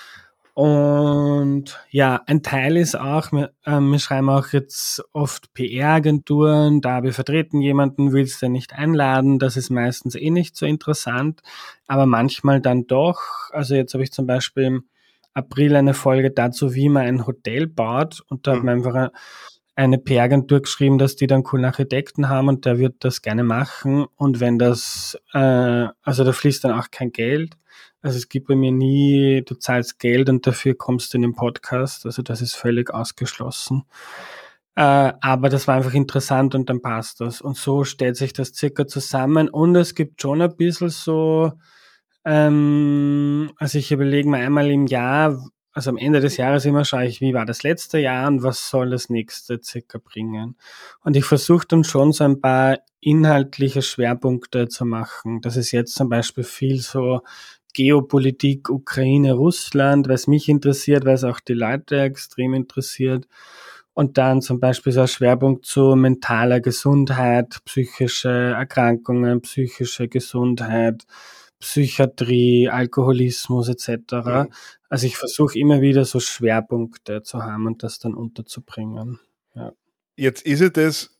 Und ja, ein Teil ist auch, wir, äh, wir schreiben auch jetzt oft P R-Agenturen, da wir vertreten jemanden, willst du nicht einladen, das ist meistens eh nicht so interessant, aber manchmal dann doch. Also jetzt habe ich zum Beispiel im April eine Folge dazu, wie man ein Hotel baut, und da mhm. hat man einfach eine P R-Agentur geschrieben, dass die dann coolen Architekten haben und der wird das gerne machen, und wenn das, äh, also da fließt dann auch kein Geld. Also es gibt bei mir nie, du zahlst Geld und dafür kommst du in den Podcast. Also das ist völlig ausgeschlossen. Äh, aber das war einfach interessant und dann passt das. Und so stellt sich das circa zusammen. Und es gibt schon ein bisschen so, ähm, also ich überlege mir einmal im Jahr, also am Ende des Jahres immer schaue ich, wie war das letzte Jahr und was soll das nächste circa bringen. Und ich versuche dann schon so ein paar inhaltliche Schwerpunkte zu machen. Das ist jetzt zum Beispiel viel so Geopolitik, Ukraine, Russland, was mich interessiert, was auch die Leute extrem interessiert. Und dann zum Beispiel so ein Schwerpunkt zu mentaler Gesundheit, psychische Erkrankungen, psychische Gesundheit, Psychiatrie, Alkoholismus et cetera. Mhm. Also ich versuche immer wieder so Schwerpunkte zu haben und das dann unterzubringen. Ja. Jetzt ist es das,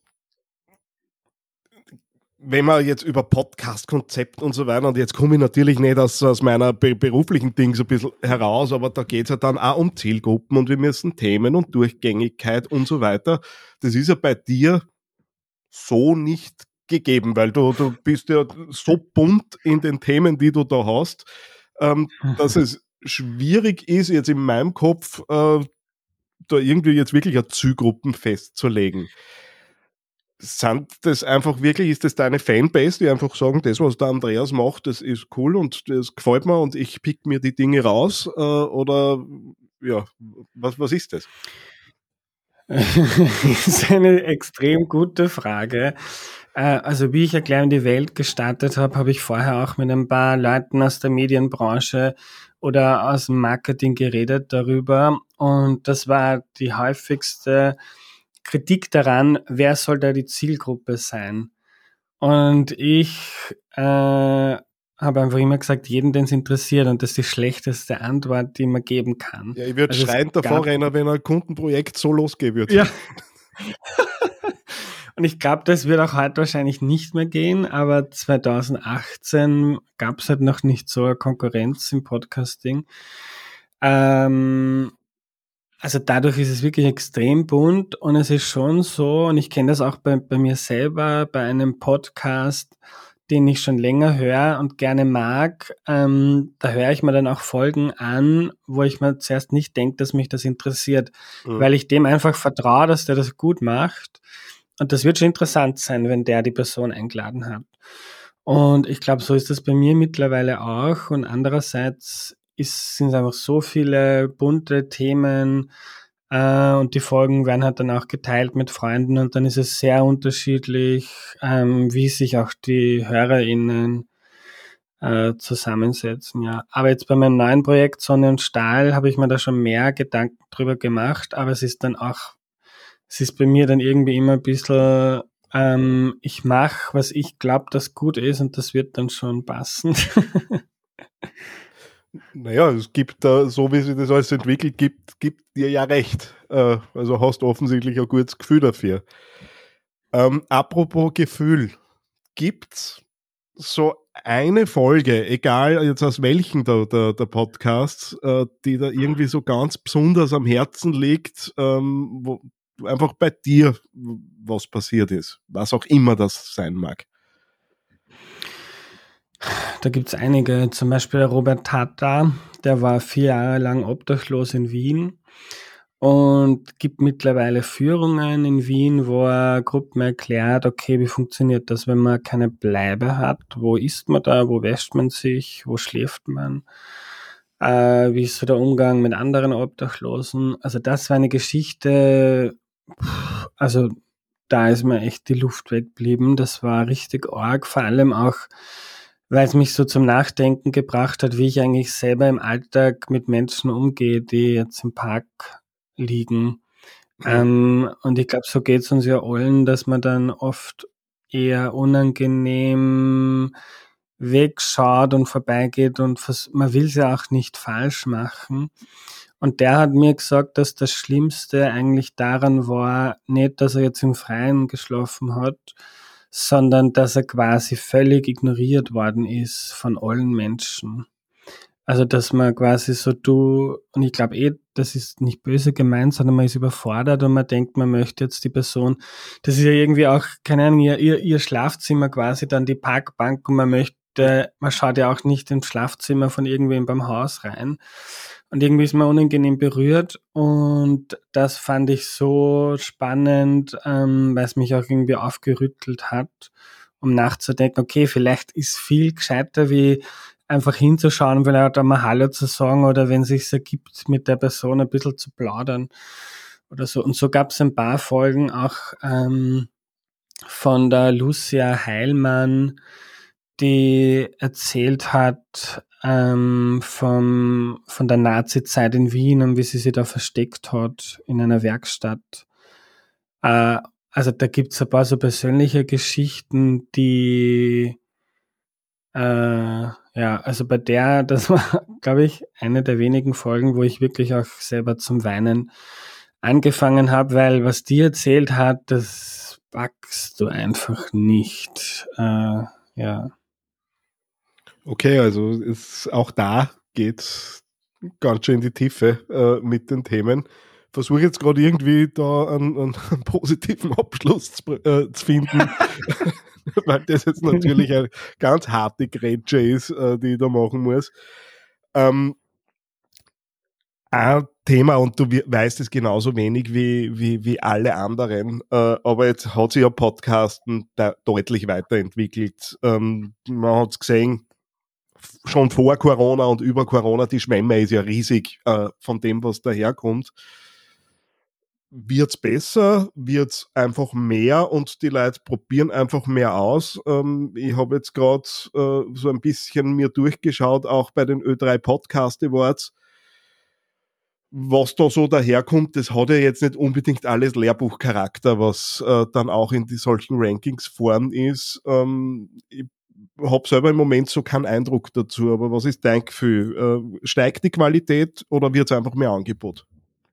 wenn man jetzt über Podcast-Konzept und so weiter, und jetzt komme ich natürlich nicht aus, aus meiner be- beruflichen Ding so ein bisschen heraus, aber da geht es ja dann auch um Zielgruppen und wir müssen Themen und Durchgängigkeit und so weiter. Das ist ja bei dir so nicht gegeben, weil du, du bist ja so bunt in den Themen, die du da hast, ähm, dass es schwierig ist, jetzt in meinem Kopf äh, da irgendwie jetzt wirklich eine Zielgruppen festzulegen. Sind das einfach wirklich, ist das deine Fanbase, die einfach sagen, das, was der Andreas macht, das ist cool und das gefällt mir und ich pick mir die Dinge raus? Äh, oder ja, was, was ist das? Das ist eine extrem gute Frage. Also wie ich Erklär in die Welt gestartet habe, habe ich vorher auch mit ein paar Leuten aus der Medienbranche oder aus dem Marketing geredet darüber. Und das war die häufigste Kritik daran, wer soll da die Zielgruppe sein? Und ich äh, habe einfach immer gesagt, jeden, den es interessiert, und das ist die schlechteste Antwort, die man geben kann. Ja, ich würde also schreiend davor rennen, wenn ein Kundenprojekt so losgehen würde. Ja. Und ich glaube, das wird auch heute wahrscheinlich nicht mehr gehen, aber zwanzig achtzehn gab es halt noch nicht so eine Konkurrenz im Podcasting. Ähm, Also dadurch ist es wirklich extrem bunt und es ist schon so, und ich kenne das auch bei, bei mir selber, bei einem Podcast, den ich schon länger höre und gerne mag, ähm, da höre ich mir dann auch Folgen an, wo ich mir zuerst nicht denke, dass mich das interessiert, mhm. weil ich dem einfach vertraue, dass der das gut macht, und das wird schon interessant sein, wenn der die Person eingeladen hat. Und ich glaube, so ist das bei mir mittlerweile auch, und andererseits ist, sind es einfach so viele bunte Themen, äh, und die Folgen werden halt dann auch geteilt mit Freunden, und dann ist es sehr unterschiedlich, ähm, wie sich auch die HörerInnen äh, zusammensetzen. Ja. Aber jetzt bei meinem neuen Projekt Sonne und Stahl habe ich mir da schon mehr Gedanken drüber gemacht, aber es ist dann auch, es ist bei mir dann irgendwie immer ein bisschen, ähm, ich mache, was ich glaube, das gut ist, und das wird dann schon passen. Naja, es gibt da, so wie sich das alles entwickelt, gibt, gibt dir ja recht. Äh, also hast du offensichtlich ein gutes Gefühl dafür. Ähm, apropos Gefühl, gibt's so eine Folge, egal jetzt aus welchen der, der, der Podcasts, äh, die da irgendwie so ganz besonders am Herzen liegt, ähm, wo einfach bei dir was passiert ist, was auch immer das sein mag? Da gibt's einige, zum Beispiel Robert Tata, der war vier Jahre lang obdachlos in Wien und gibt mittlerweile Führungen in Wien, wo er Gruppen erklärt, okay, wie funktioniert das, wenn man keine Bleibe hat, wo isst man da, wo wäscht man sich, wo schläft man, äh, wie ist so der Umgang mit anderen Obdachlosen. Also das war eine Geschichte, also da ist mir echt die Luft weggeblieben, das war richtig arg, vor allem auch, weil es mich so zum Nachdenken gebracht hat, wie ich eigentlich selber im Alltag mit Menschen umgehe, die jetzt im Park liegen. Mhm. Ähm, und ich glaube, so geht es uns ja allen, dass man dann oft eher unangenehm wegschaut und vorbeigeht und vers- man will es ja auch nicht falsch machen. Und der hat mir gesagt, dass das Schlimmste eigentlich daran war, nicht, dass er jetzt im Freien geschlafen hat, sondern dass er quasi völlig ignoriert worden ist von allen Menschen. Also, dass man quasi so du, und ich glaube eh, das ist nicht böse gemeint, sondern man ist überfordert und man denkt, man möchte jetzt die Person, das ist ja irgendwie auch, keine Ahnung, ihr, ihr, ihr Schlafzimmer quasi, dann die Parkbank, und man möchte, man schaut ja auch nicht ins Schlafzimmer von irgendwem beim Haus rein. Und irgendwie ist man unangenehm berührt, und das fand ich so spannend, ähm, weil es mich auch irgendwie aufgerüttelt hat, um nachzudenken, okay, vielleicht ist viel gescheiter, wie einfach hinzuschauen und vielleicht einmal Hallo zu sagen, oder wenn es sich ergibt, mit der Person ein bisschen zu plaudern oder so. Und so gab es ein paar Folgen auch ähm, von der Lucia Heilmann, die erzählt hat ähm, vom, von der Nazi-Zeit in Wien und wie sie sich da versteckt hat in einer Werkstatt. Äh, also da gibt es ein paar so persönliche Geschichten, die äh, ja, also bei der, das war, glaube ich, eine der wenigen Folgen, wo ich wirklich auch selber zum Weinen angefangen habe, weil was die erzählt hat, das packst du einfach nicht. Äh, ja. Okay, also ist, auch da geht ganz schön in die Tiefe äh, mit den Themen. Versuche jetzt gerade irgendwie da einen, einen positiven Abschluss zu, äh, zu finden, weil das jetzt natürlich eine ganz harte Grätsche ist, äh, die ich da machen muss. Ähm, ein Thema, und du weißt es genauso wenig wie, wie, wie alle anderen, äh, aber jetzt hat sich ja Podcasten da deutlich weiterentwickelt. Ähm, man hat es gesehen, schon vor Corona und über Corona, die Schwemme ist ja riesig äh, von dem, was daherkommt. Wird's besser? Wird's einfach mehr und die Leute probieren einfach mehr aus? Ähm, ich habe jetzt gerade äh, so ein bisschen mir durchgeschaut, auch bei den Ö drei Podcast Awards, was da so daherkommt. Das hat ja jetzt nicht unbedingt alles Lehrbuchcharakter, was äh, dann auch in die solchen Rankings vorn ist. Ähm, ich habe selber im Moment so keinen Eindruck dazu, aber was ist dein Gefühl? Äh, steigt die Qualität oder wird es einfach mehr Angebot?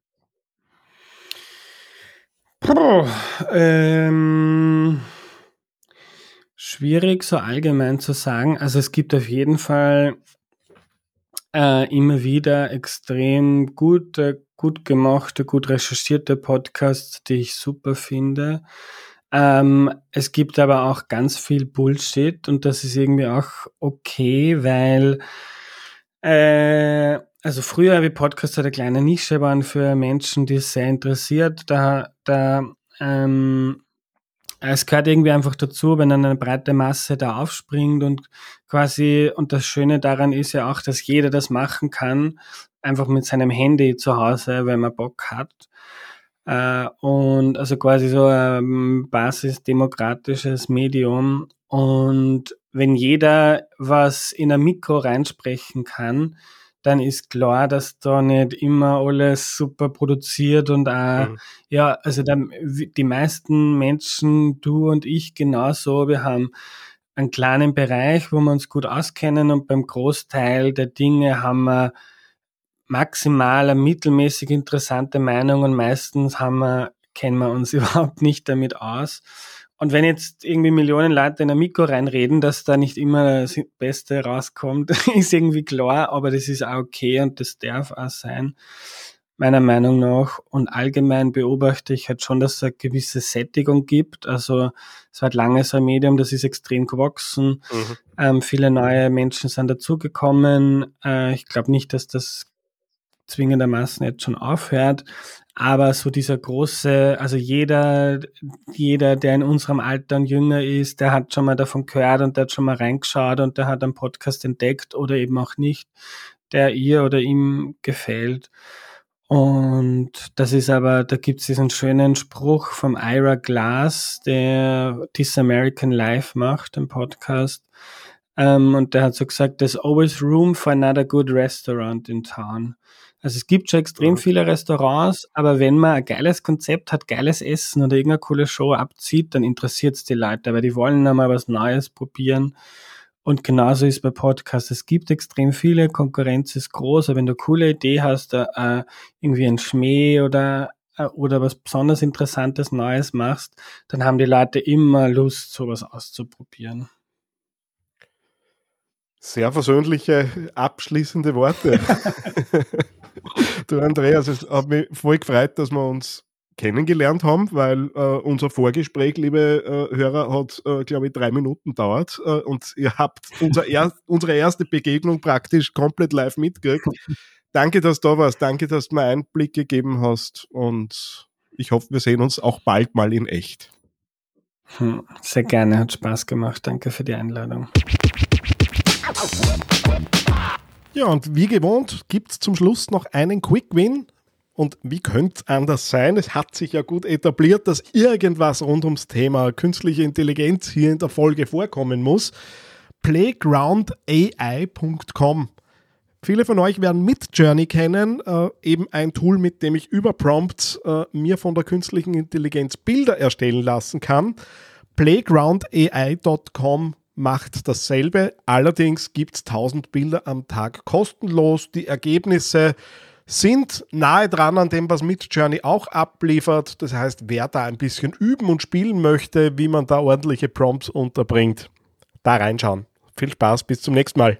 Puh, ähm, schwierig so allgemein zu sagen. Also es gibt auf jeden Fall äh, immer wieder extrem gute, gut gemachte, gut recherchierte Podcasts, die ich super finde. Ähm, es gibt aber auch ganz viel Bullshit, und das ist irgendwie auch okay, weil äh, also früher habe ich Podcasts eine kleine Nische waren für Menschen, die es sehr interessiert. Da, da ähm, es gehört irgendwie einfach dazu, wenn eine breite Masse da aufspringt, und quasi, und das Schöne daran ist ja auch, dass jeder das machen kann, einfach mit seinem Handy zu Hause, wenn man Bock hat. Äh, und also quasi so ein basisdemokratisches Medium. Und wenn jeder was in ein Mikro reinsprechen kann, dann ist klar, dass da nicht immer alles super produziert und auch, mhm. ja, also der, die meisten Menschen, du und ich genauso, wir haben einen kleinen Bereich, wo wir uns gut auskennen, und beim Großteil der Dinge haben wir maximal eine mittelmäßig interessante Meinung, und meistens haben wir, kennen wir uns überhaupt nicht damit aus. Und wenn jetzt irgendwie Millionen Leute in ein Mikro reinreden, dass da nicht immer das Beste rauskommt, ist irgendwie klar, aber das ist auch okay und das darf auch sein, meiner Meinung nach. Und allgemein beobachte ich halt schon, dass es eine gewisse Sättigung gibt. Also es war halt lange so ein Medium, das ist extrem gewachsen. Mhm. Ähm, viele neue Menschen sind dazugekommen. Äh, ich glaube nicht, dass das zwingendermaßen jetzt schon aufhört, aber so dieser große, also jeder, jeder, der in unserem Alter und jünger ist, der hat schon mal davon gehört und der hat schon mal reingeschaut und der hat einen Podcast entdeckt oder eben auch nicht, der ihr oder ihm gefällt. Und das ist aber, da gibt es diesen schönen Spruch vom Ira Glass, der This American Life macht, im Podcast. Um, und der hat so gesagt, there's always room for another good restaurant in town. Also es gibt schon extrem mhm. viele Restaurants, aber wenn man ein geiles Konzept hat, geiles Essen oder irgendeine coole Show abzieht, dann interessiert es die Leute, weil die wollen einmal was Neues probieren. Und genauso ist bei Podcasts. Es gibt extrem viele, Konkurrenz ist groß, aber wenn du eine coole Idee hast, äh, irgendwie ein Schmäh oder, äh, oder was besonders Interessantes, Neues machst, dann haben die Leute immer Lust, sowas auszuprobieren. Sehr versöhnliche, abschließende Worte. Du, Andreas, es hat mich voll gefreut, dass wir uns kennengelernt haben, weil äh, unser Vorgespräch, liebe äh, Hörer, hat, äh, glaube ich, drei Minuten dauert äh, und ihr habt unser er- unsere erste Begegnung praktisch komplett live mitgekriegt. Danke, dass du da warst. Danke, dass du mir Einblick gegeben hast und ich hoffe, wir sehen uns auch bald mal in echt. Hm, sehr gerne, hat Spaß gemacht. Danke für die Einladung. Ja, und wie gewohnt gibt es zum Schluss noch einen Quick-Win. Und wie könnte es anders sein? Es hat sich ja gut etabliert, dass irgendwas rund ums Thema künstliche Intelligenz hier in der Folge vorkommen muss. playground A I Punkt com. Viele von euch werden Midjourney kennen, äh, eben ein Tool, mit dem ich über Prompts äh, mir von der künstlichen Intelligenz Bilder erstellen lassen kann. playground A I Punkt com macht dasselbe. Allerdings gibt es tausend Bilder am Tag kostenlos. Die Ergebnisse sind nahe dran an dem, was Midjourney auch abliefert. Das heißt, wer da ein bisschen üben und spielen möchte, wie man da ordentliche Prompts unterbringt, da reinschauen. Viel Spaß, bis zum nächsten Mal.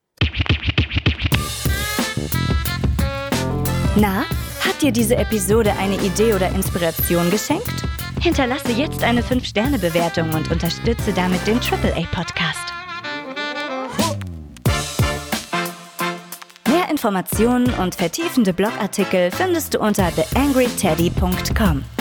Na, hat dir diese Episode eine Idee oder Inspiration geschenkt? Hinterlasse jetzt eine fünf Sterne Bewertung und unterstütze damit den Triple A Podcast. Mehr Informationen und vertiefende Blogartikel findest du unter the angry teddy Punkt com.